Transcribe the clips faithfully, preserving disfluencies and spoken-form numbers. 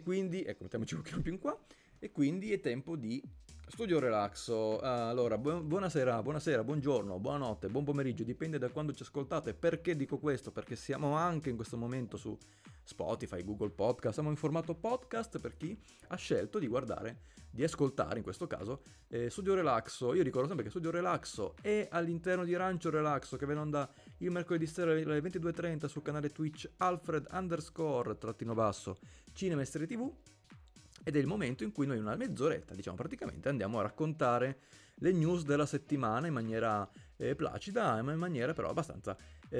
quindi, ecco, mettiamoci un pochino più in qua, e quindi è tempo di Studio Relaxo. Allora, bu- buonasera, buonasera, buongiorno, buonanotte, buon pomeriggio, dipende da quando ci ascoltate. Perché dico questo? Perché siamo anche in questo momento su Spotify, Google Podcast, siamo in formato podcast per chi ha scelto di guardare, di ascoltare in questo caso eh, Studio Relaxo. Io ricordo sempre che Studio Relaxo è all'interno di Rancio Relaxo, che ve ne onda il mercoledì sera alle ventidue e trenta sul canale Twitch Alfred underscore trattino basso Cinema e Serie tivù. Ed è il momento in cui noi in una mezz'oretta, diciamo praticamente, andiamo a raccontare le news della settimana in maniera eh, placida, ma in maniera però abbastanza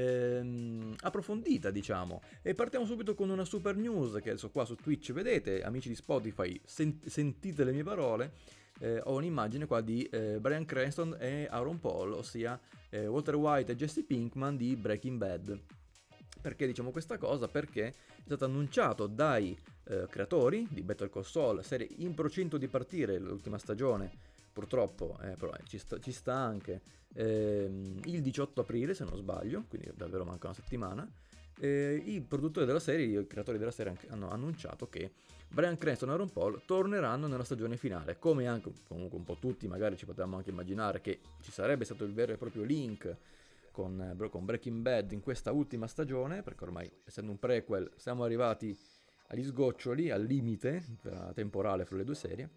ehm, approfondita, diciamo. E partiamo subito con una super news che adesso qua su Twitch vedete, amici di Spotify, sen- sentite le mie parole. Eh, ho un'immagine qua di eh, Bryan Cranston e Aaron Paul, ossia eh, Walter White e Jesse Pinkman di Breaking Bad. Perché diciamo questa cosa? Perché è stato annunciato dai eh, creatori di Better Call Saul, serie in procinto di partire l'ultima stagione, purtroppo, eh, però ci sta, ci sta anche, ehm, il diciotto aprile se non sbaglio, quindi davvero manca una settimana. Eh, i produttori della serie, i creatori della serie hanno annunciato che Bryan Cranston e Aaron Paul torneranno nella stagione finale, come anche comunque un po' tutti magari ci potevamo anche immaginare che ci sarebbe stato il vero e proprio link con, con Breaking Bad in questa ultima stagione, perché ormai essendo un prequel siamo arrivati agli sgoccioli, al limite temporale fra le due serie,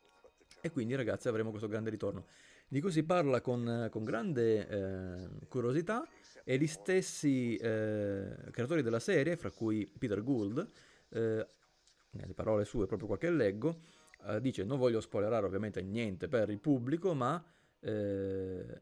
e quindi ragazzi avremo questo grande ritorno. Di cui si parla con, con grande eh, curiosità, e gli stessi eh, creatori della serie, fra cui Peter Gould, eh, nelle parole sue, proprio qua che leggo, eh, dice: non voglio spoilerare ovviamente niente per il pubblico, ma eh,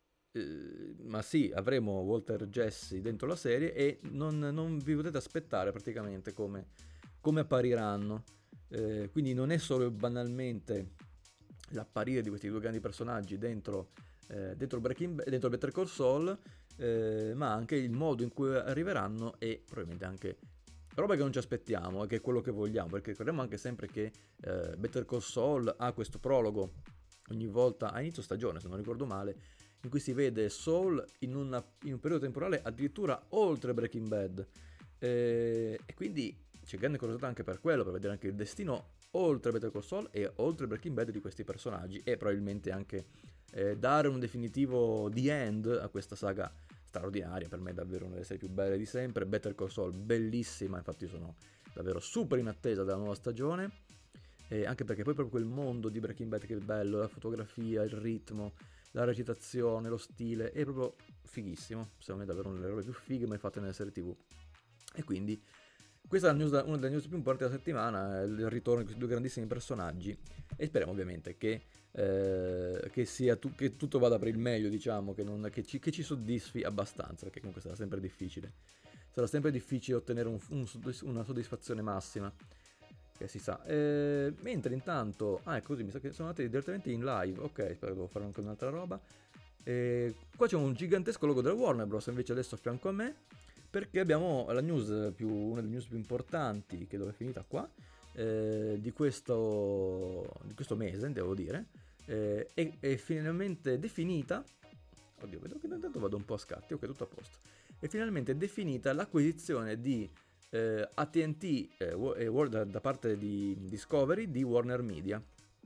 eh, ma sì, avremo Walter Jesse dentro la serie e non, non vi potete aspettare praticamente come, come appariranno. Eh, quindi non è solo banalmente l'apparire di questi due grandi personaggi dentro, eh, dentro, Breaking Bad, dentro Better Call Saul, eh, ma anche il modo in cui arriveranno e probabilmente anche roba che non ci aspettiamo e che è quello che vogliamo, perché ricordiamo anche sempre che eh, Better Call Saul ha questo prologo ogni volta a inizio stagione, se non ricordo male, in cui si vede Saul in, una, in un periodo temporale addirittura oltre Breaking Bad. Eh, e quindi c'è grande curiosità anche per quello, per vedere anche il destino oltre Better Call Saul e oltre Breaking Bad di questi personaggi, e probabilmente anche eh, dare un definitivo the end a questa saga straordinaria. Per me davvero una delle serie più belle di sempre. Better Call Saul bellissima, infatti sono davvero super in attesa della nuova stagione, e anche perché poi proprio quel mondo di Breaking Bad che è bello, la fotografia, il ritmo, la recitazione, lo stile, è proprio fighissimo. Secondo me è davvero una delle robe più fighe mai fatte nelle serie tivù. E quindi questa è la news, una delle news più importanti della settimana, il ritorno di questi due grandissimi personaggi, e speriamo ovviamente che, eh, che, sia tu, che tutto vada per il meglio, diciamo, che, non, che, ci, che ci soddisfi abbastanza, perché comunque sarà sempre difficile. Sarà sempre difficile ottenere un, un, una soddisfazione massima, che si sa. Eh, mentre intanto, ah, è così, mi sa che sono andati direttamente in live. Ok, spero che devo fare anche un'altra roba. Eh, qua c'è un gigantesco logo della Warner Bros. Invece adesso a fianco a me, perché abbiamo la news più, una delle news più importanti, che dove è finita qua, eh, di, questo, di questo mese, devo dire, eh, è, è finalmente definita. Oddio, vedo che intanto vado un po' a scatti, ok, tutto a posto. È finalmente definita l'acquisizione di eh, A T and T eh, da, da parte di Discovery di Warner Media.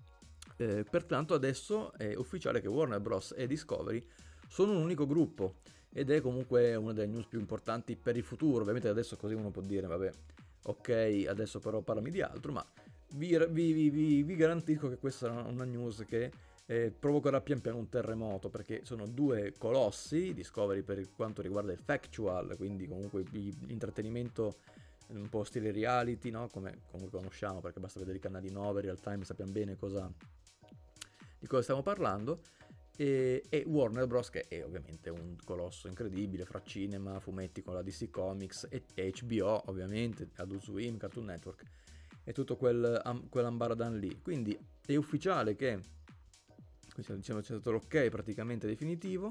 Eh, pertanto adesso è ufficiale che Warner Bros. E Discovery sono un unico gruppo, ed è comunque una delle news più importanti per il futuro. Ovviamente adesso così uno può dire, vabbè, ok, adesso però parlami di altro, ma vi, vi, vi, vi garantisco che questa sarà una news che eh, provocherà pian piano un terremoto, perché sono due colossi, Discovery per quanto riguarda il factual, quindi comunque l'intrattenimento un po' stile reality, no? Come comunque conosciamo, perché basta vedere i canali nove, Real Time, sappiamo bene cosa, di cosa stiamo parlando. E, e Warner Bros. Che è ovviamente un colosso incredibile fra cinema, fumetti con la D C Comics e, e H B O, ovviamente, Adult Swim, Cartoon Network e tutto quel, um, quell'ambaradan lì. Quindi è ufficiale che diciamo, c'è stato l'ok praticamente definitivo.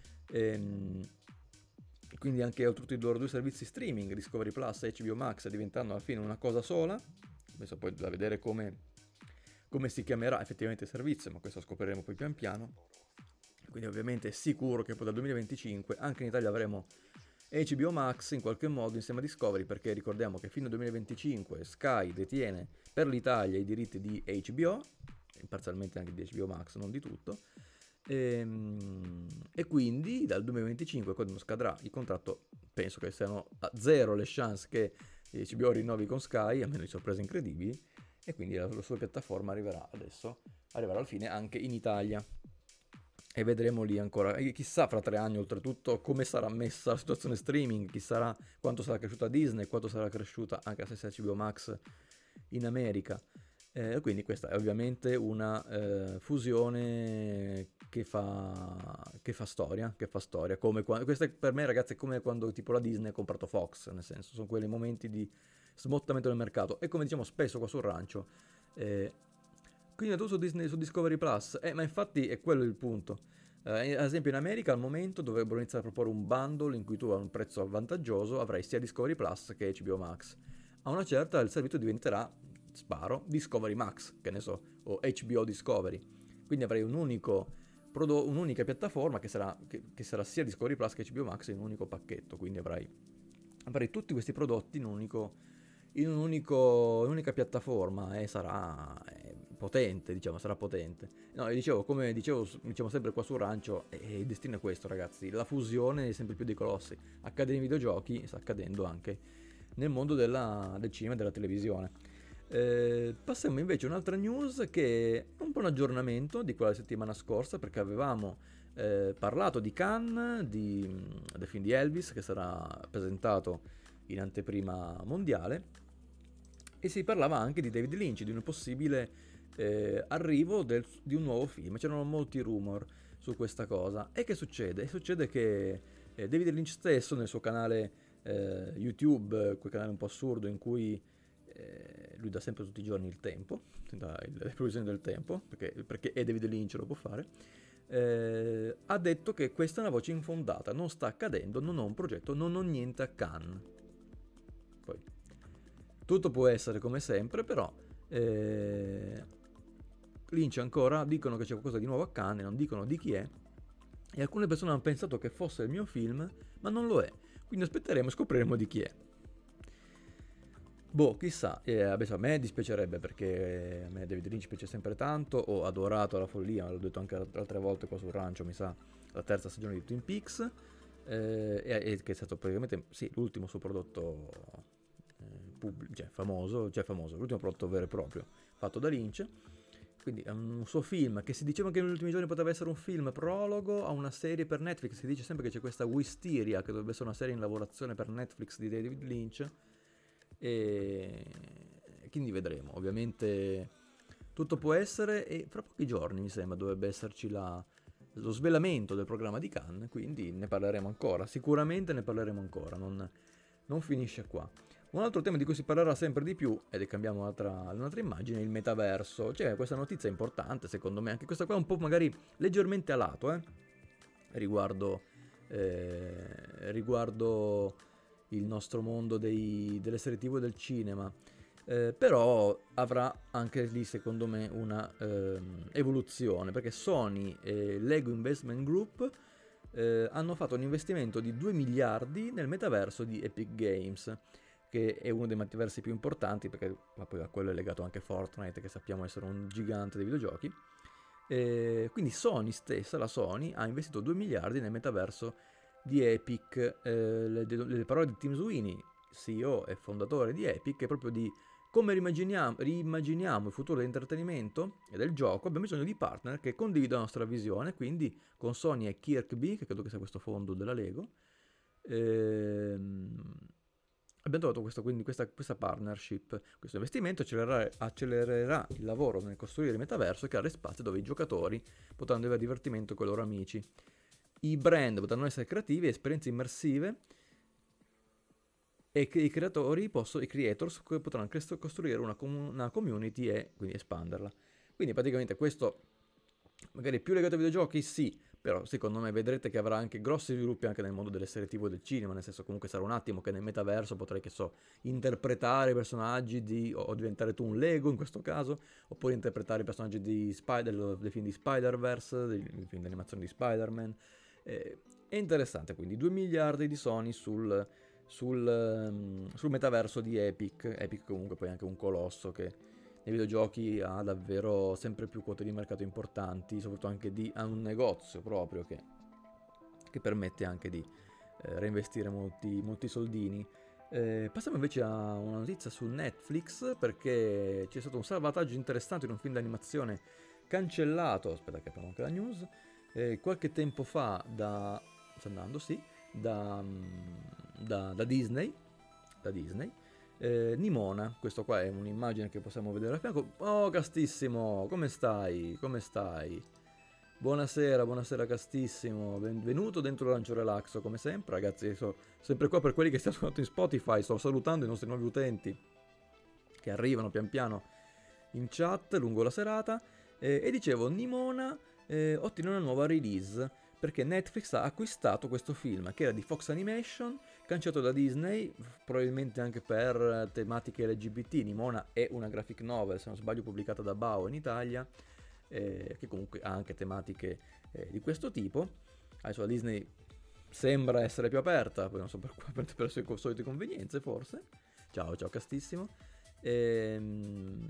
Ehm, quindi anche tutti i loro due servizi streaming, Discovery Plus e H B O Max, diventando alla fine una cosa sola. Adesso poi da vedere come, come si chiamerà effettivamente il servizio, ma questo scopriremo poi pian piano. Quindi ovviamente è sicuro che poi dal duemilaventicinque anche in Italia avremo H B O Max in qualche modo insieme a Discovery, perché ricordiamo che fino al duemilaventicinque Sky detiene per l'Italia i diritti di H B O, e parzialmente anche di H B O Max, non di tutto, e, e quindi dal duemilaventicinque, quando scadrà il contratto, penso che siano a zero le chance che H B O rinnovi con Sky, a meno di sorprese incredibili, e quindi la, la sua piattaforma arriverà adesso, arriverà alla fine anche in Italia. E vedremo lì ancora, e chissà fra tre anni oltretutto come sarà messa la situazione streaming, chi sarà, quanto sarà cresciuta Disney, quanto sarà cresciuta anche la stessa H B O Max in America. Eh, quindi questa è ovviamente una eh, fusione che fa, che fa storia, che fa storia, come quando, questa è, per me ragazzi è come quando tipo la Disney ha comprato Fox, nel senso sono quei momenti di smottamento del mercato, e come diciamo spesso qua sul rancio, eh, quindi tu su Disney, su Discovery Plus, eh, ma infatti è quello il punto. Eh, ad esempio in America al momento dovrebbero iniziare a proporre un bundle in cui tu a un prezzo vantaggioso avrai sia Discovery Plus che H B O Max. A una certa il servizio diventerà, sparo, Discovery Max, che ne so, o H B O Discovery. Quindi avrai un unico prodo- un'unica piattaforma che sarà, che, che sarà sia Discovery Plus che H B O Max in un unico pacchetto. Quindi avrai, avrai tutti questi prodotti in un unico, in un unico, in un'unica piattaforma, e sarà eh, potente, diciamo, sarà potente. No, e dicevo, come dicevo, diciamo sempre qua sul rancio, eh, il destino è questo, ragazzi, la fusione è sempre più dei colossi. Accade nei videogiochi, sta accadendo anche nel mondo della, del cinema e della televisione. Eh, passiamo invece a un'altra news che è un po' un aggiornamento di quella settimana scorsa, perché avevamo eh, parlato di Cannes, di, del film di Elvis che sarà presentato in anteprima mondiale, e si parlava anche di David Lynch, di un possibile eh, arrivo del, di un nuovo film. C'erano molti rumor su questa cosa. E che succede? Succede che eh, David Lynch stesso nel suo canale eh, YouTube, quel canale un po' assurdo in cui eh, lui dà sempre tutti i giorni il tempo, dà il- le previsioni del tempo, perché, perché è David Lynch, lo può fare, eh, ha detto che questa è una voce infondata, non sta accadendo, non ho un progetto, non ho niente a Cannes. Poi tutto può essere come sempre, però eh, Lynch ancora dicono che c'è qualcosa di nuovo a Cannes, non dicono di chi è, e alcune persone hanno pensato che fosse il mio film, ma non lo è. Quindi aspetteremo e scopriremo di chi è. Boh, chissà, eh, adesso a me dispiacerebbe, perché a me David Lynch piace sempre tanto, ho adorato la follia, l'ho detto anche altre volte qua sul rancio, mi sa, la terza stagione di Twin Peaks, eh, e, e che è stato praticamente, sì, l'ultimo suo prodotto eh, pubblico, cioè famoso, cioè famoso, l'ultimo prodotto vero e proprio fatto da Lynch. Quindi è un suo film che si diceva che negli ultimi giorni poteva essere un film prologo a una serie per Netflix. Si dice sempre che c'è questa Wisteria, che dovrebbe essere una serie in lavorazione per Netflix di David Lynch, e quindi vedremo. Ovviamente tutto può essere, e fra pochi giorni mi sembra dovrebbe esserci la, lo svelamento del programma di Cannes, quindi ne parleremo ancora, sicuramente ne parleremo ancora, non, non finisce qua. Un altro tema di cui si parlerà sempre di più, ed è cambiamo un'altra, un'altra immagine, è il metaverso. Cioè, questa notizia è importante, secondo me, anche questa qua è un po' magari leggermente a lato, eh, riguardo, eh, riguardo il nostro mondo dei, delle serie tv e del cinema. Eh, però avrà anche lì, secondo me, una ehm, evoluzione, perché Sony e Lego Investment Group eh, hanno fatto un investimento di due miliardi nel metaverso di Epic Games, che è uno dei metaversi più importanti, perché poi a quello è legato anche Fortnite, che sappiamo essere un gigante dei videogiochi. E quindi Sony stessa, la Sony, ha investito due miliardi nel metaverso di Epic. Eh, le, le parole di Tim Sweeney, C E O e fondatore di Epic, è proprio di come rimmaginiamo, rimmaginiamo il futuro dell'intrattenimento e del gioco. Abbiamo bisogno di partner che condividano la nostra visione, quindi con Sony e Kirkby, che credo che sia questo fondo della Lego, ehm, abbiamo trovato questo, quindi questa, questa partnership. Questo investimento accelererà, accelererà il lavoro nel costruire il metaverso e creare spazi dove i giocatori potranno avere divertimento con i loro amici. I brand potranno essere creativi, esperienze immersive, e i creatori possono, i creators potranno costruire una, una community e quindi espanderla. Quindi praticamente questo magari più legato ai videogiochi, sì, però secondo me vedrete che avrà anche grossi sviluppi anche nel mondo delle serie tv e del cinema, nel senso, comunque sarà un attimo che nel metaverso potrai, che so, interpretare i personaggi di, o diventare tu un Lego in questo caso, oppure interpretare i personaggi di Spider, dei film di Spider-Verse, dei film di animazione di Spider-Man. Eh, È interessante, quindi due miliardi di Sony sul, sul, um, sul metaverso di Epic. Epic comunque poi è anche un colosso che nei videogiochi ha davvero sempre più quote di mercato importanti, soprattutto anche di, ha un negozio proprio che, che permette anche di eh, reinvestire molti, molti soldini. Eh, passiamo invece a una notizia su Netflix, perché c'è stato un salvataggio interessante in un film d'animazione cancellato, aspetta che apriamo anche la news, eh, qualche tempo fa da, sta andando, sì, da, da, da Disney, da Disney, eh, Nimona, questo qua è un'immagine che possiamo vedere a fianco. Oh Castissimo, come stai? Come stai? Buonasera, buonasera Castissimo, benvenuto dentro Lancio Relaxo come sempre, ragazzi, sono sempre qua per quelli che stanno ascoltando in Spotify, sto salutando i nostri nuovi utenti che arrivano pian piano in chat lungo la serata, eh, e dicevo, Nimona eh, ottiene una nuova release, perché Netflix ha acquistato questo film, che era di Fox Animation, cancellato da Disney, probabilmente anche per tematiche L G B T, Nimona è una graphic novel, se non sbaglio pubblicata da Bao in Italia, Eh, che comunque ha anche tematiche eh, di questo tipo. Adesso la Disney sembra essere più aperta, poi non so per, per, per le sue solite convenienze forse. Ciao, ciao Castissimo. Ehm,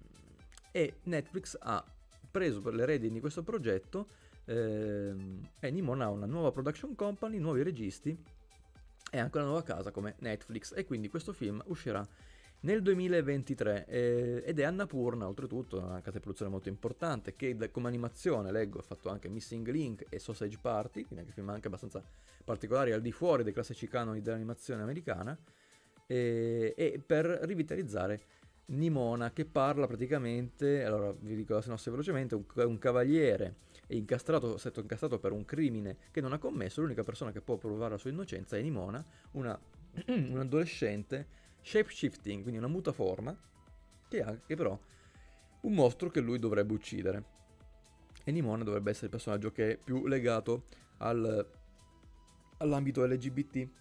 e Netflix ha preso per le redini di questo progetto, ehm, e Nimona ha una nuova production company, nuovi registi e anche una nuova casa come Netflix, e quindi questo film uscirà nel duemilaventitré, eh, ed è Annapurna, oltretutto, una casa di produzione molto importante, che da, come animazione, leggo, ha fatto anche Missing Link e Sausage Party, quindi anche film anche abbastanza particolari al di fuori dei classici canoni dell'animazione americana, e, e per rivitalizzare Nimona, che parla praticamente, allora vi dico la sinossi velocemente, un, un cavaliere è incastrato, è stato incastrato per un crimine che non ha commesso, l'unica persona che può provare la sua innocenza è Nimona, una, un adolescente shapeshifting, quindi una mutaforma, che ha che però un mostro che lui dovrebbe uccidere. E Nimona dovrebbe essere il personaggio che è più legato al, all'ambito L G B T.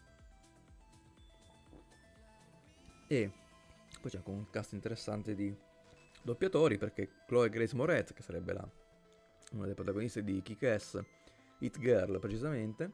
E poi c'è anche un cast interessante di doppiatori, perché Chloe Grace Moretz, che sarebbe la, una delle protagoniste di Kick-Ass, Hit Girl precisamente,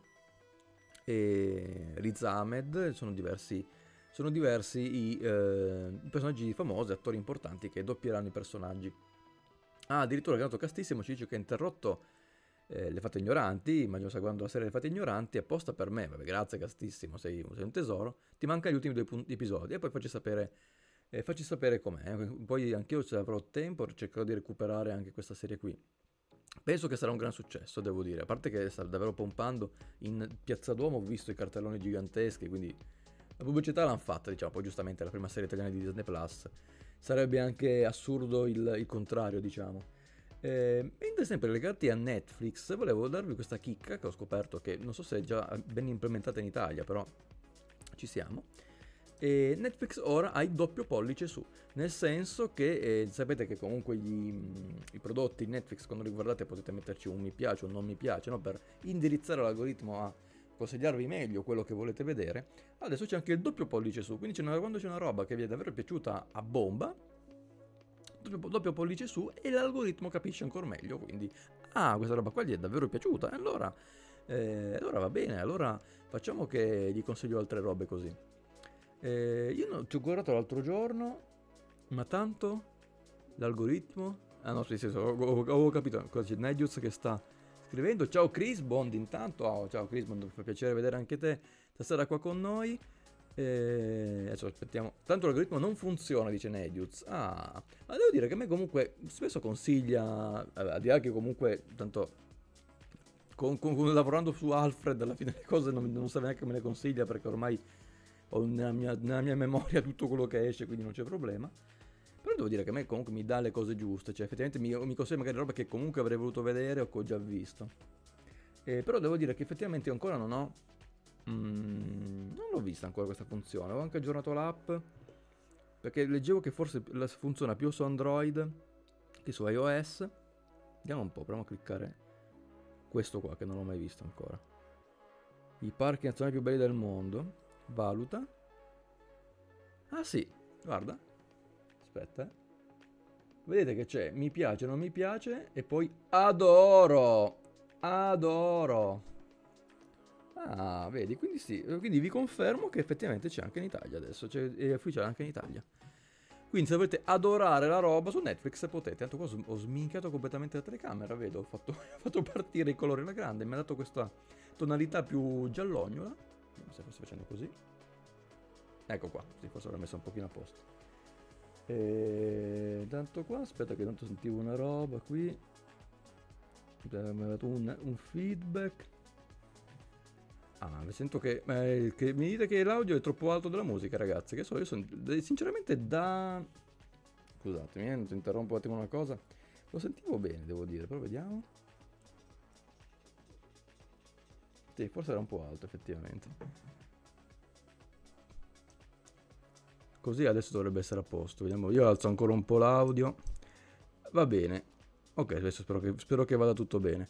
e Riz Ahmed, sono diversi sono diversi i eh, personaggi famosi, attori importanti che doppieranno i personaggi. Ah, addirittura Renato Castissimo ci dice che ha interrotto eh, Le Fate Ignoranti, immagino sta guardando la serie Le Fate Ignoranti, apposta per me. Vabbè, grazie Castissimo, sei, sei un tesoro. Ti mancano gli ultimi due pun- episodi e poi facci sapere, eh, facci sapere com'è. Poi anch'io, se avrò tempo, cercherò di recuperare anche questa serie qui. Penso che sarà un gran successo, devo dire, a parte che sta davvero pompando. In Piazza Duomo ho visto i cartelloni giganteschi, quindi la pubblicità l'hanno fatta, diciamo, poi giustamente la prima serie italiana di Disney Plus. Sarebbe anche assurdo il, il contrario, diciamo. Eh, mentre sempre legati a Netflix, volevo darvi questa chicca che ho scoperto, che non so se è già ben implementata in Italia, però ci siamo. E Netflix ora ha il doppio pollice su, nel senso che eh, sapete che comunque gli, i prodotti Netflix, quando li guardate, potete metterci un mi piace o un non mi piace, no? Per indirizzare l'algoritmo a consigliarvi meglio quello che volete vedere. Adesso c'è anche il doppio pollice su, quindi c'è una, quando c'è una roba che vi è davvero piaciuta a bomba, doppio, doppio pollice su, e l'algoritmo capisce ancora meglio, quindi ah, questa roba qua gli è davvero piaciuta, e allora, eh, allora va bene, allora facciamo che gli consiglio altre robe così. Eh, io non, ci ho guardato l'altro giorno, ma tanto l'algoritmo, ah no, sì, sì, ho, ho, ho capito cosa c'è, Nedius che sta scrivendo. Ciao Chris Bond intanto. Oh, ciao Chris Bond, mi fa piacere vedere anche te stasera qua con noi. E adesso aspettiamo. Tanto l'algoritmo non funziona, dice Nedius. Ah, ma devo dire che a me comunque spesso consiglia, vabbè, a dire che comunque tanto con, con, con, lavorando su Alfred alla fine le cose non, non sa neanche me le consiglia, perché ormai ho nella mia, nella mia memoria tutto quello che esce, quindi non c'è problema. Però devo dire che a me comunque mi dà le cose giuste, cioè effettivamente mi, mi consiglia magari roba che comunque avrei voluto vedere o che ho già visto. Eh, però devo dire che effettivamente io ancora non ho... Mm, non l'ho vista ancora questa funzione, ho anche aggiornato l'app, perché leggevo che forse la funziona più su Android che su iOS. Vediamo un po', proviamo a cliccare questo qua che non l'ho mai visto ancora. I parchi nazionali più belli del mondo. Valuta. Ah sì, guarda. Aspetta, eh. Vedete che c'è mi piace, non mi piace, e poi adoro. Adoro. Ah, vedi, quindi sì, quindi vi confermo che effettivamente c'è anche in Italia adesso, c'è, è ufficiale anche in Italia. Quindi se volete adorare la roba su Netflix potete. Tanto qua ho sminchiato completamente la telecamera, vedo, ho fatto, ho fatto partire i colori alla grande, mi ha dato questa tonalità più giallognola. Vediamo se forse facendo così. Ecco qua, sì, forse l'ho messo un pochino a posto. E tanto qua, aspetta che tanto sentivo una roba qui. Mi ha dato un, un feedback. Ah, sento che, eh, che mi dite che l'audio è troppo alto della musica, ragazzi. Che so, io sono sinceramente da... Scusatemi, eh, ti interrompo un attimo una cosa. Lo sentivo bene, devo dire, però vediamo. Sì, forse era un po' alto, effettivamente. Così adesso dovrebbe essere a posto. Vediamo, io alzo ancora un po' l'audio. Va bene. Ok, adesso spero che, spero che vada tutto bene.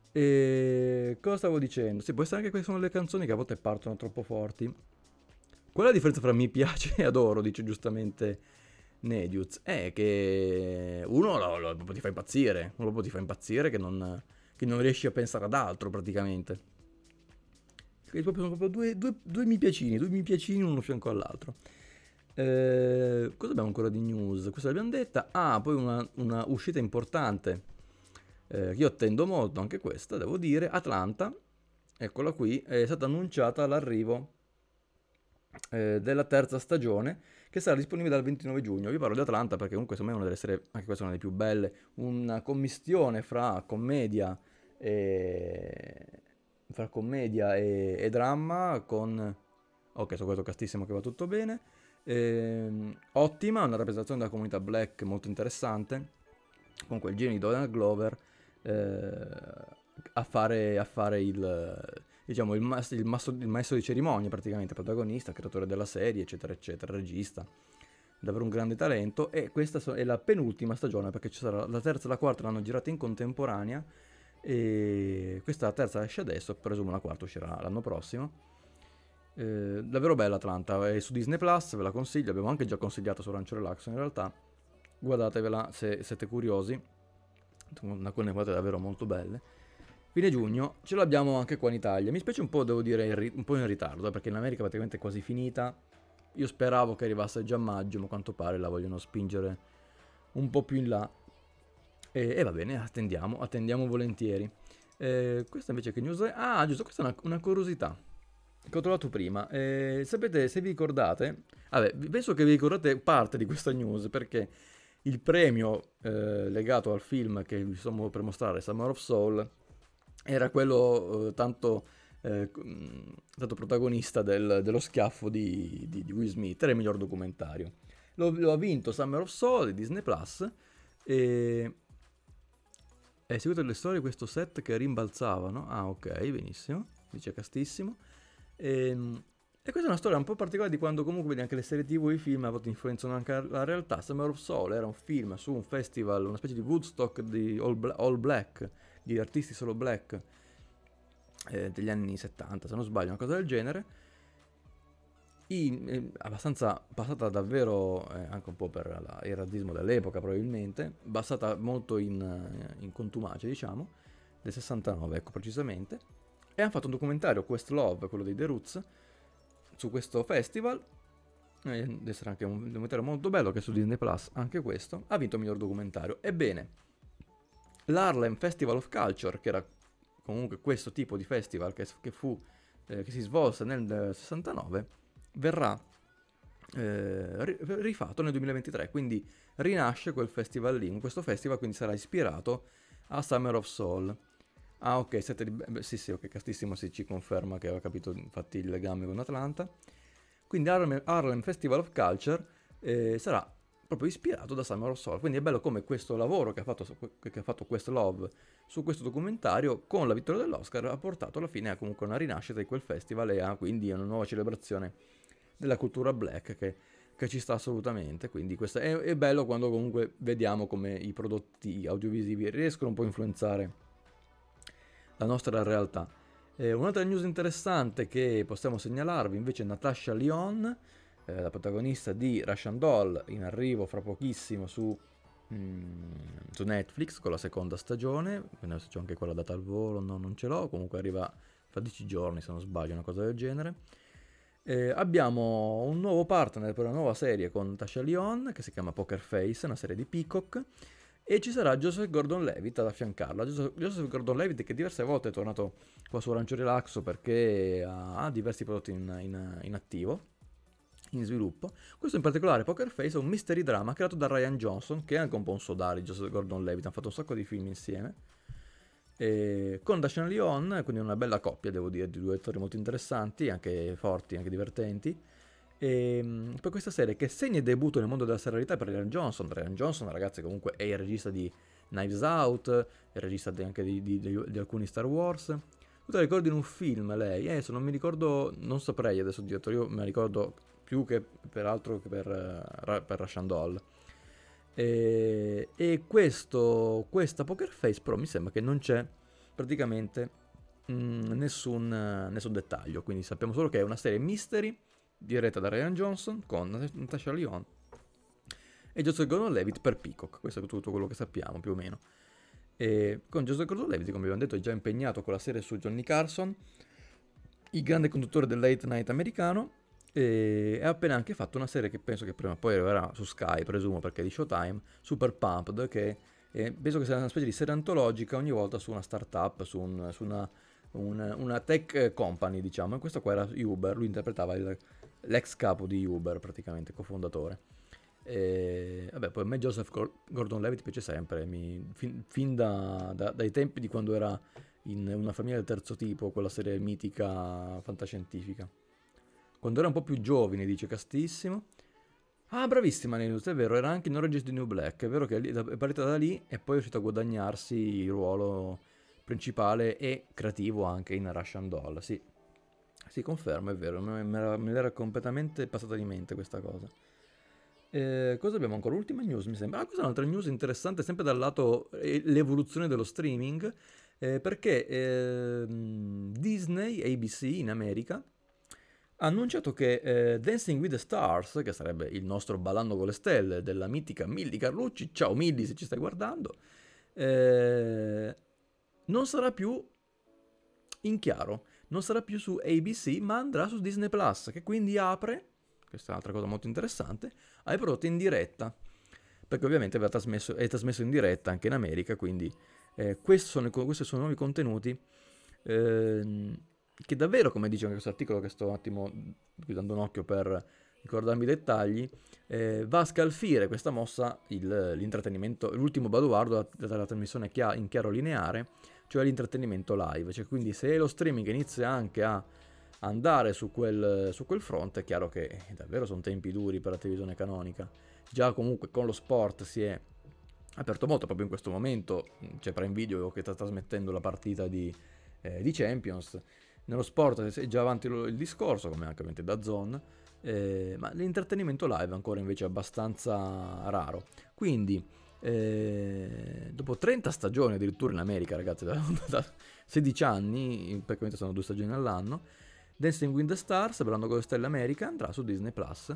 E cosa stavo dicendo? Sì, può essere anche queste sono le canzoni che a volte partono troppo forti. Qual è la differenza fra mi piace e adoro, dice giustamente Nediuz? È che uno lo, lo, proprio ti fa impazzire, uno proprio ti fa impazzire che non, che non riesci a pensare ad altro praticamente. Che proprio, sono proprio due, due, due mi piacini, due mi piacini uno fianco all'altro. Eh, cosa abbiamo ancora di news? Questa l'abbiamo detta. Ah, poi una, una uscita importante. Eh, io attendo molto anche questa, devo dire. Atlanta, eccola qui, è stata annunciata l'arrivo eh, della terza stagione che sarà disponibile dal ventinove giugno. Vi parlo di Atlanta perché comunque secondo me è una delle serie, anche questa è una delle più belle, una commistione fra commedia e, fra commedia e, e dramma con... Ok, so questo castissimo che va tutto bene. Ehm, ottima, una rappresentazione della comunità black molto interessante. Comunque il genio di Donald Glover eh, a fare, a fare il, diciamo, il, mas- il masso- il maestro di cerimonia praticamente, protagonista, creatore della serie, eccetera, eccetera, regista. Davvero un grande talento. E questa so- è la penultima stagione perché ci sarà la terza e la quarta l'hanno girata in contemporanea. E questa terza esce adesso, presumo la quarta uscirà l'anno prossimo. Eh, davvero bella Atlanta, è su Disney Plus, ve la consiglio, abbiamo anche già consigliato su Rancio Relax in realtà, guardatevela se siete curiosi, alcune guardate davvero molto belle. Fine giugno ce l'abbiamo anche qua in Italia, mi spiace un po', devo dire, in ri- un po' in ritardo, eh, perché in America praticamente è quasi finita, io speravo che arrivasse già a maggio, ma a quanto pare la vogliono spingere un po' più in là, e, e va bene, attendiamo, attendiamo volentieri. Eh, questa invece che news è? Ah, giusto, questa è una, una curiosità che ho trovato prima. Eh, sapete, se vi ricordate, vabbè, vi- penso che vi ricordate parte di questa news perché il premio eh, legato al film che vi sto per mostrare, Summer of Soul, era quello eh, tanto, eh, mh, tanto protagonista del- dello schiaffo di, di- di Will Smith, era il miglior documentario. Lo, lo ha vinto Summer of Soul di Disney Plus e è seguito le storie questo set che rimbalzavano. Ah, ok, benissimo, dice castissimo. Ehm, E, questa è una storia un po' particolare di quando comunque vedi anche le serie tv e i film a volte influenzano anche la realtà. Summer of Soul era un film su un festival, una specie di Woodstock di all, Bla- all black, di artisti solo black, eh, degli anni settanta, se non sbaglio, una cosa del genere. In- eh, abbastanza passata davvero, eh, anche un po' per la- il razzismo dell'epoca probabilmente, basata molto in, eh, in contumacia, diciamo, del sessantanove, ecco precisamente. E hanno fatto un documentario, Questlove, quello dei The Roots, su questo festival. Eh, deve essere anche un documentario molto bello che è su Disney Plus, anche questo. Ha vinto il miglior documentario. Ebbene, l'Harlem Festival of Culture, che era comunque questo tipo di festival che, che fu, eh, che si svolse nel sessantanove, verrà eh, ri- rifatto nel duemilaventitré, quindi rinasce quel festival lì. Questo festival quindi sarà ispirato a Summer of Soul. Ah, ok, siete di... beh, sì, sì, ok, castissimo si ci conferma che aveva capito infatti il legame con Atlanta. Quindi Harlem, Harlem Festival of Culture eh, sarà proprio ispirato da Summer of Soul. Quindi è bello come questo lavoro che ha fatto, che ha fatto Questlove su questo documentario con la vittoria dell'Oscar ha portato alla fine a comunque una rinascita di quel festival e a quindi a una nuova celebrazione della cultura black che, che ci sta assolutamente. Quindi questo è, è bello quando comunque vediamo come i prodotti audiovisivi riescono un po' a influenzare la nostra realtà. Eh, un'altra news interessante che possiamo segnalarvi invece è Natasha Lyonne, eh, la protagonista di Russian Doll, in arrivo fra pochissimo su, mm, su Netflix con la seconda stagione. Adesso c'è anche quella data al volo, no, non ce l'ho, comunque arriva fra dieci giorni se non sbaglio, una cosa del genere. Eh, abbiamo un nuovo partner per una nuova serie con Tasha Lyon che si chiama Poker Face, una serie di Peacock, e ci sarà Joseph Gordon-Levitt ad affiancarla. Joseph, Joseph Gordon-Levitt che diverse volte è tornato qua su Rancio Relaxo perché ha, ha diversi prodotti in, in, in attivo, in sviluppo. Questo in particolare, Poker Face, è un mystery drama creato da Ryan Johnson, che è anche un po' un sodale, Joseph Gordon-Levitt, hanno fatto un sacco di film insieme. E con Dashan Lyon, quindi una bella coppia, devo dire, di due attori molto interessanti, anche forti, anche divertenti. E per questa serie che segna il debutto nel mondo della serialità per Ryan Johnson. Ryan Johnson, ragazzi, comunque è il regista di Knives Out, è il regista di, anche di, di, di, di alcuni Star Wars. Tu te la ricordi in un film lei? Eh, adesso non mi ricordo, non saprei adesso dietro, io me la ricordo più che per altro che per, uh, per Russian Doll. E, e questo, questa Poker Face però mi sembra che non c'è praticamente mh, nessun, nessun dettaglio, quindi sappiamo solo che è una serie mystery diretta da Ryan Johnson con Natasha Lyon e Joseph Gordon-Levitt per Peacock. Questo è tutto quello che sappiamo più o meno. E con Joseph Gordon-Levitt, come abbiamo detto, è già impegnato con la serie su Johnny Carson, il grande conduttore del late night americano, e ha appena anche fatto una serie che penso che prima o poi arriverà su Sky, presumo perché è di Showtime, Super Pumped, che è, penso che sia una specie di serie antologica ogni volta su una startup, su, un, su una, un, una tech company, diciamo. E questo qua era Uber, lui interpretava il, l'ex capo di Uber, praticamente, cofondatore. E, vabbè, poi a me Joseph Gordon-Levitt piace sempre, mi, fin, fin da, da, dai tempi di quando era in Una famiglia del terzo tipo, quella serie mitica fantascientifica. Quando era un po' più giovane, dice castissimo. Ah, bravissima News, è vero, era anche in Orange is the New Black, è vero che è partita da lì e poi è riuscito a guadagnarsi il ruolo principale e creativo anche in Russian Doll, sì. Sì, confermo, è vero, me, me, me l'era completamente passata di mente questa cosa. Eh, cosa abbiamo ancora? Ultima news, mi sembra. Ah, questa è un'altra news interessante, sempre dal lato eh, l'evoluzione dello streaming, eh, perché eh, Disney, A B C in America, ha annunciato che eh, Dancing with the Stars, che sarebbe il nostro Ballando con le Stelle della mitica Milly Carlucci, ciao Milly se ci stai guardando, eh, non sarà più in chiaro, non sarà più su A B C, ma andrà su Disney Plus, che quindi apre, questa è un'altra cosa molto interessante, ai prodotti in diretta, perché ovviamente è trasmesso, è trasmesso in diretta anche in America, quindi eh, questi, sono, questi sono nuovi contenuti eh, che davvero, come dice anche questo articolo che sto un attimo dando un occhio per ricordarmi i dettagli, eh, va a scalfire questa mossa il, l'intrattenimento, l'ultimo baluardo della, della trasmissione in chiaro lineare, cioè l'intrattenimento live. Cioè, quindi se lo streaming inizia anche a andare su quel, su quel fronte, è chiaro che eh, davvero sono tempi duri per la televisione canonica. Già comunque con lo sport si è aperto molto, proprio in questo momento c'è Prime Video che sta trasmettendo la partita di, eh, di Champions. Nello sport è già avanti il discorso, come anche ovviamente da Zone, eh, ma l'intrattenimento live ancora invece è abbastanza raro. Quindi, eh, dopo trenta stagioni addirittura in America, ragazzi, da, da sedici anni, perché sono due stagioni all'anno, Dancing with the Stars, Ballando con le Stelle America, andrà su Disney Plus,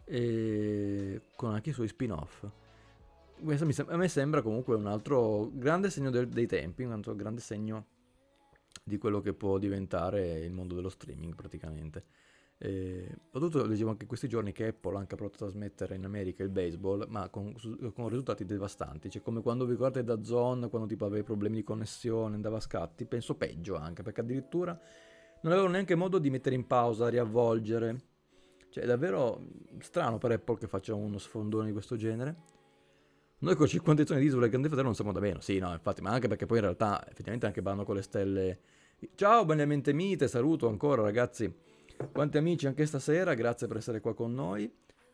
eh, con anche i suoi spin-off. Questo mi sem- a me sembra comunque un altro grande segno del- dei tempi, un altro grande segno di quello che può diventare il mondo dello streaming praticamente. Eh, soprattutto leggevo anche in questi giorni che Apple ha anche provato a trasmettere in America il baseball, ma con, con risultati devastanti, cioè come quando vi ricordate da Zone, quando tipo avevi problemi di connessione, andava a scatti, penso peggio anche, perché addirittura non avevano neanche modo di mettere in pausa, riavvolgere. Cioè è davvero strano per Apple che faccia uno sfondone di questo genere. Noi con cinquanta edizioni di Isola e Grande Fratello non siamo da meno, sì, no, infatti, ma anche perché poi in realtà effettivamente anche vanno con le stelle. Ciao, Benemente Mite, saluto ancora ragazzi, quanti amici anche stasera, grazie per essere qua con noi.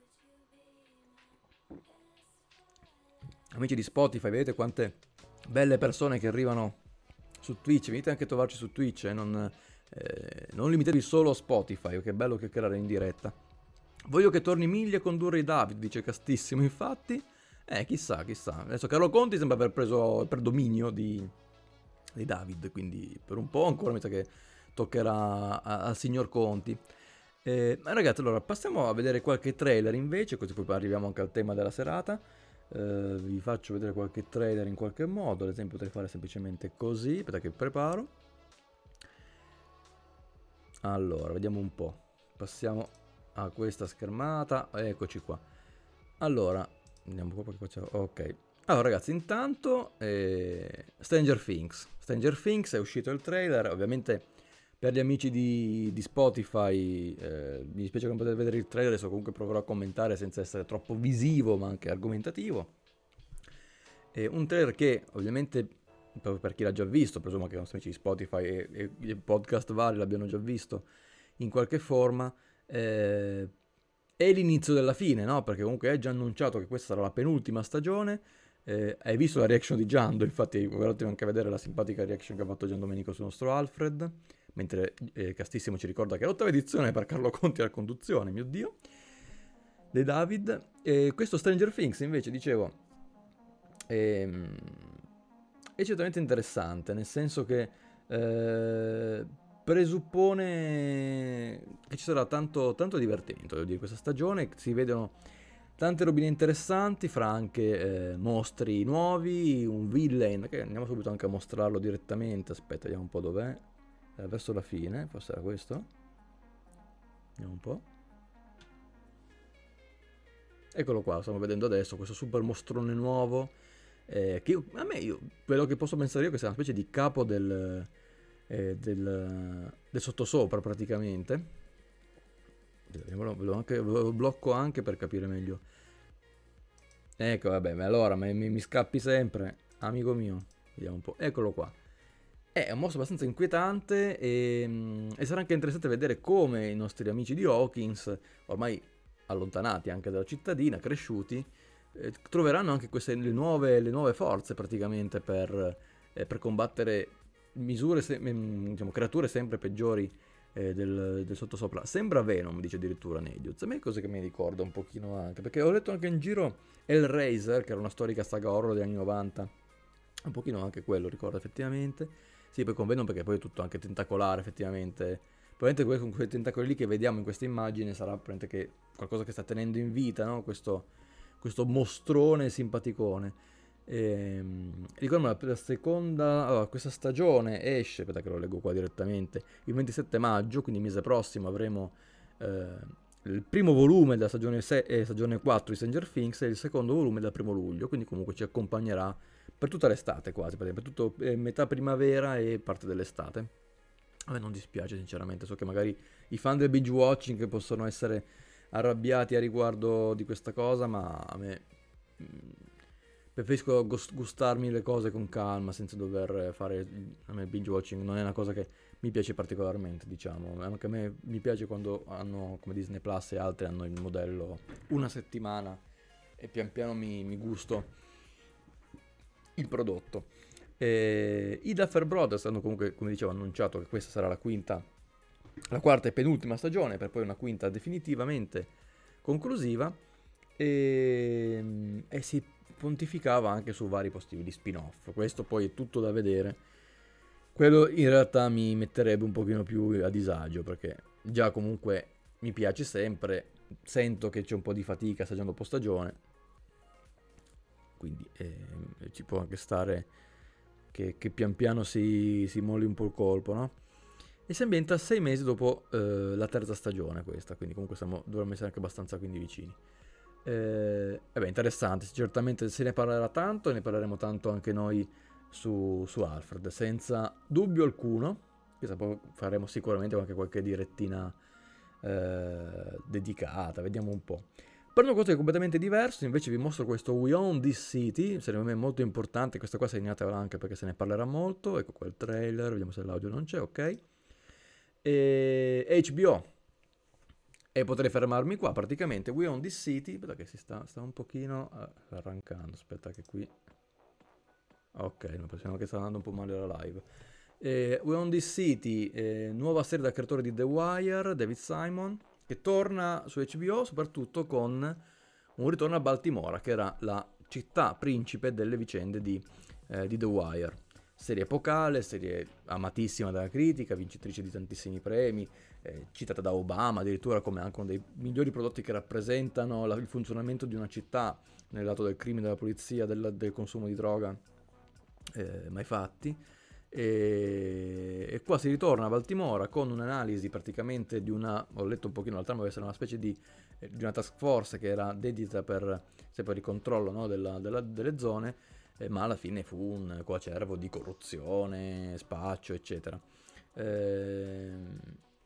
Amici di Spotify, vedete quante belle persone che arrivano su Twitch, venite anche a trovarci su Twitch, eh, non, eh, non limitatevi solo a Spotify, che è bello chiacchierare in diretta. Voglio che torni Miglia a condurre i David, dice Castissimo, infatti. Eh, chissà, chissà. Adesso Carlo Conti sembra aver preso il predominio di, di David, quindi per un po' ancora mi sa che toccherà al signor Conti. Eh, ma ragazzi, allora passiamo a vedere qualche trailer invece, così poi arriviamo anche al tema della serata. Eh, vi faccio vedere qualche trailer in qualche modo, ad esempio potrei fare semplicemente così, aspetta che preparo. Allora, vediamo un po'. Passiamo a questa schermata. Eccoci qua. Allora, andiamo un po' perché qua c'è... Ok. Allora ragazzi, intanto eh, Stranger Things. Stranger Things è uscito il trailer, ovviamente per gli amici di, di Spotify eh, mi dispiace che non potete vedere il trailer, adesso comunque proverò a commentare senza essere troppo visivo ma anche argomentativo. È un trailer che ovviamente, proprio per chi l'ha già visto, presumo che i nostri amici di Spotify e, e i podcast vari l'abbiano già visto in qualche forma, eh, è l'inizio della fine, no? Perché comunque è già annunciato che questa sarà la penultima stagione. Eh, hai visto la reaction di Giando, infatti guardate anche a vedere la simpatica reaction che ha fatto Gian Domenico sul nostro Alfred, mentre eh, Castissimo ci ricorda che è l'ottava edizione per Carlo Conti alla conduzione, mio Dio, De David. E questo Stranger Things invece, dicevo, è, è certamente interessante, nel senso che eh, presuppone che ci sarà tanto, tanto divertimento, devo dire, questa stagione. Si vedono tante robine interessanti, fra anche eh, mostri nuovi, un villain, che andiamo subito anche a mostrarlo direttamente. Aspetta, vediamo un po' dov'è. Eh, verso la fine, forse era questo. Vediamo un po'. Eccolo qua, lo stiamo vedendo adesso, questo super mostrone nuovo. Eh, che io- a me, io, quello che posso pensare io è che sia una specie di capo del, eh, del, del sottosopra praticamente. Ve lo, ve lo anche, ve lo blocco anche per capire meglio. Ecco, vabbè, ma allora mi, mi- mi scappi sempre, amico mio. Vediamo un po'. Eccolo qua. È un mostro abbastanza inquietante e, mm, e sarà anche interessante vedere come i nostri amici di Hawkins, ormai allontanati anche dalla cittadina, cresciuti, eh, troveranno anche queste le nuove, le nuove forze praticamente per, eh, per combattere misure, se- mm, diciamo, creature sempre peggiori eh, del, del sottosopra. Sembra Venom, dice addirittura Nediuz. A me è cosa che mi ricorda un pochino anche, perché ho letto anche in giro Hellraiser, che era una storica saga horror degli anni novanta. Un pochino anche quello ricorda effettivamente. Sì, poi con Venom perché poi è tutto anche tentacolare effettivamente. Probabilmente quel- con quei tentacoli lì che vediamo in questa immagine sarà probabilmente che qualcosa che sta tenendo in vita, no? Questo, questo mostrone simpaticone. Ehm, ricordo la, la seconda, allora, questa stagione esce, aspetta che lo leggo qua direttamente, il ventisette maggio, quindi mese prossimo avremo eh, il primo volume della stagione, se- eh, stagione quattro di Stranger Things e il secondo volume dal primo luglio, quindi comunque ci accompagnerà per tutta l'estate quasi, per per tutto eh, metà primavera e parte dell'estate. A me non dispiace sinceramente, so che magari i fan del binge watching possono essere arrabbiati a riguardo di questa cosa, ma a me mm, preferisco gust- gustarmi le cose con calma senza dover fare. A me il binge watching non è una cosa che mi piace particolarmente, diciamo. Anche a me mi piace quando hanno, come Disney Plus e altri, hanno il modello una settimana e pian piano mi, mi gusto il prodotto. Eh, I Duffer Brothers hanno comunque, come dicevo, annunciato che questa sarà la quinta, la quarta e penultima stagione, per poi una quinta definitivamente conclusiva. E, e si pontificava anche su vari possibili spin-off. Questo poi è tutto da vedere. Quello in realtà mi metterebbe un pochino più a disagio perché già comunque mi piace sempre, sento che c'è un po' di fatica stagione dopo stagione, quindi eh, ci può anche stare che, che pian piano si, si molli un po' il colpo, no? E si ambienta sei mesi dopo eh, la terza stagione questa, quindi comunque siamo, dovremmo essere anche abbastanza quindi vicini. Eh, vabbè, interessante, certamente se ne parlerà tanto e ne parleremo tanto anche noi su, su Alfred, senza dubbio alcuno. Questa poi faremo sicuramente anche qualche direttina eh, dedicata, vediamo un po'. Per una cosa completamente diversa, invece vi mostro questo We Own This City, secondo me molto importante, questa qua segnatela anche perché se ne parlerà molto, ecco qua il trailer, vediamo se l'audio non c'è, ok. E H B O, e potrei fermarmi qua praticamente. We Own This City, aspetta che si sta, sta un pochino eh, arrancando, aspetta che qui, ok, no, pensiamo che sta andando un po' male la live. Eh, We Own This City, eh, nuova serie dal creatore di The Wire, David Simon, che torna su H B O soprattutto con un ritorno a Baltimora, che era la città principe delle vicende di, eh, di The Wire. Serie epocale, serie amatissima dalla critica, vincitrice di tantissimi premi, eh, citata da Obama addirittura come anche uno dei migliori prodotti che rappresentano la- il funzionamento di una città nel lato del crimine, della polizia, del, del consumo di droga eh, mai fatti. E, e qua si ritorna a Baltimora con un'analisi praticamente di una, ho letto un pochino, la trama deve essere una specie di, eh, di una task force che era dedita per, sempre per il controllo, no, della- della- delle zone, eh, ma alla fine fu un coacervo di corruzione, spaccio, eccetera. Ehm,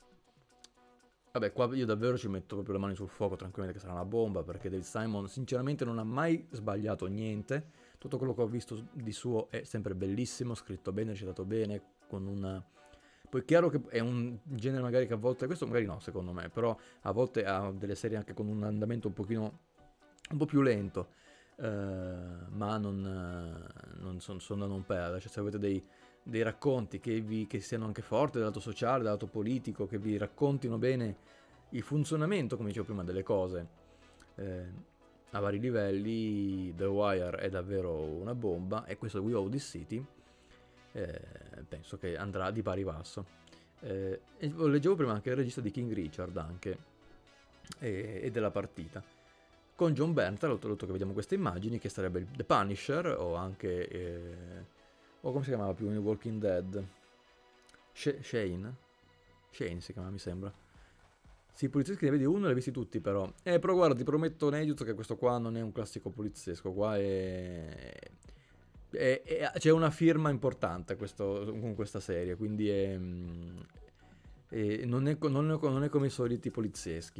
Vabbè, qua io davvero ci metto proprio le mani sul fuoco tranquillamente che sarà una bomba, perché David Simon sinceramente non ha mai sbagliato niente. Tutto quello che ho visto di suo è sempre bellissimo, scritto bene, recitato bene, con una... Poi è chiaro che è un genere magari che a volte, questo magari no secondo me, però a volte ha delle serie anche con un andamento un pochino, un po' più lento, eh, ma non, eh, non sono, sono da non perdere. Cioè, se avete dei, dei racconti che, vi, che siano anche forti dal lato sociale, dal lato politico, che vi raccontino bene il funzionamento, come dicevo prima, delle cose eh, a vari livelli, The Wire è davvero una bomba, e questo We Owe This City eh, penso che andrà di pari passo. Eh, e leggevo prima anche il regista di King Richard anche, e, e della partita. Con John Bernthal, oltretutto che vediamo queste immagini, che sarebbe il The Punisher, o anche... Eh, o come si chiamava più in Walking Dead? Sh- Shane? Shane si chiama, mi sembra. Sì, polizieschi ne vedi uno e li hai visti tutti però. Eh, però guarda, ti prometto Nejutsu che questo qua non è un classico poliziesco, qua è... è- è- c'è una firma importante questo- con questa serie, quindi è... mm, è- non, è, co- non è co- non è come i soliti polizieschi.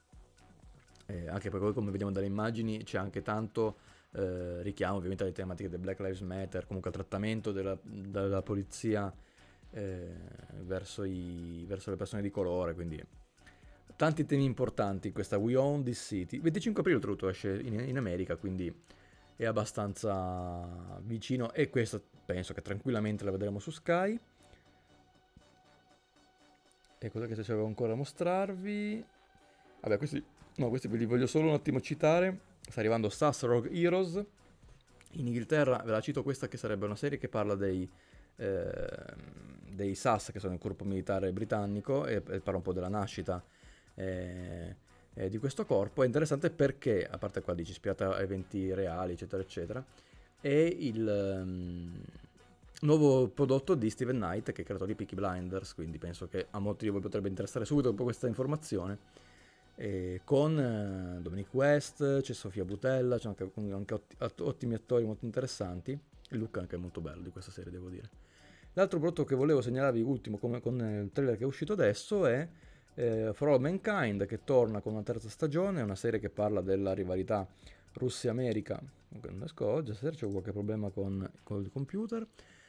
Eh, anche perché poi, come vediamo dalle immagini, c'è anche tanto eh, richiamo ovviamente alle tematiche del Black Lives Matter, comunque al trattamento della, della polizia eh, verso, i- verso le persone di colore, quindi tanti temi importanti in questa We Own This City. venticinque aprile oltretutto esce in, in America, quindi è abbastanza vicino, e questa penso che tranquillamente la vedremo su Sky. E cosa che c'avevo ancora da mostrarvi? Vabbè, questi, no, questi ve li voglio solo un attimo citare. Sta arrivando Sass Rogue Heroes. In Inghilterra, ve la cito questa, che sarebbe una serie che parla dei, ehm, dei S A S, che sono il corpo militare britannico, e, e parla un po' della nascita eh, eh, di questo corpo. È interessante perché, a parte qua dici ispirata a eventi reali, eccetera, eccetera, è il ehm, nuovo prodotto di Steven Knight, che è creatore di Peaky Blinders, quindi penso che a molti di voi potrebbe interessare subito un po' questa informazione. E con eh, Dominic West, c'è Sofia Butella, c'è anche, anche otti- att- ottimi attori molto interessanti. Il look anche è molto bello di questa serie, devo dire. L'altro prodotto che volevo segnalarvi, ultimo, come con il trailer che è uscito adesso, è eh, For All Mankind, che torna con una terza stagione, è una serie che parla della rivalità Russia-America. Comunque non esco oggi, stasera c'ho qualche problema con, con il computer.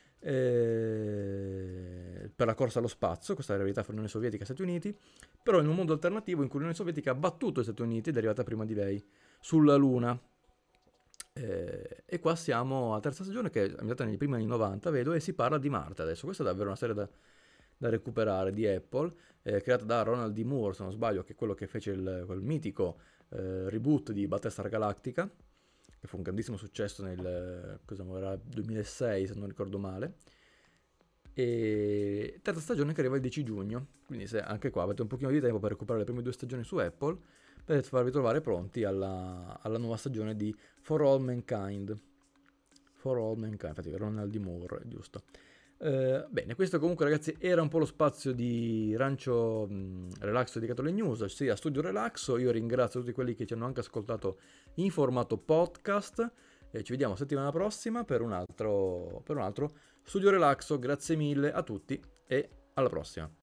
Eh, per la corsa allo spazio, questa è la rivalità fra Unione Sovietica e Stati Uniti, però in un mondo alternativo in cui l'Unione Sovietica ha battuto gli Stati Uniti ed è arrivata prima di lei sulla Luna. Eh, e qua siamo alla terza stagione, che è andata nei primi anni novanta, vedo, e si parla di Marte adesso. Questa è davvero una serie da, da recuperare di Apple, eh, creata da Ronald D. Moore, se non sbaglio, che è quello che fece il, quel mitico eh, reboot di Battlestar Galactica, che fu un grandissimo successo nel cosa era, duemilasei, se non ricordo male. E terza stagione che arriva il dieci giugno, quindi se anche qua avete un pochino di tempo per recuperare le prime due stagioni su Apple, per farvi trovare pronti alla, alla nuova stagione di For All Mankind. For All Mankind, infatti Ronald D. Moore, giusto. Eh, bene, questo comunque ragazzi era un po' lo spazio di Rancio mh, Relaxo dedicato alle news, sia Studio Relaxo. Io ringrazio tutti quelli che ci hanno anche ascoltato in formato podcast, e ci vediamo settimana prossima per un altro, per un altro Studio Relaxo. Grazie mille a tutti e alla prossima.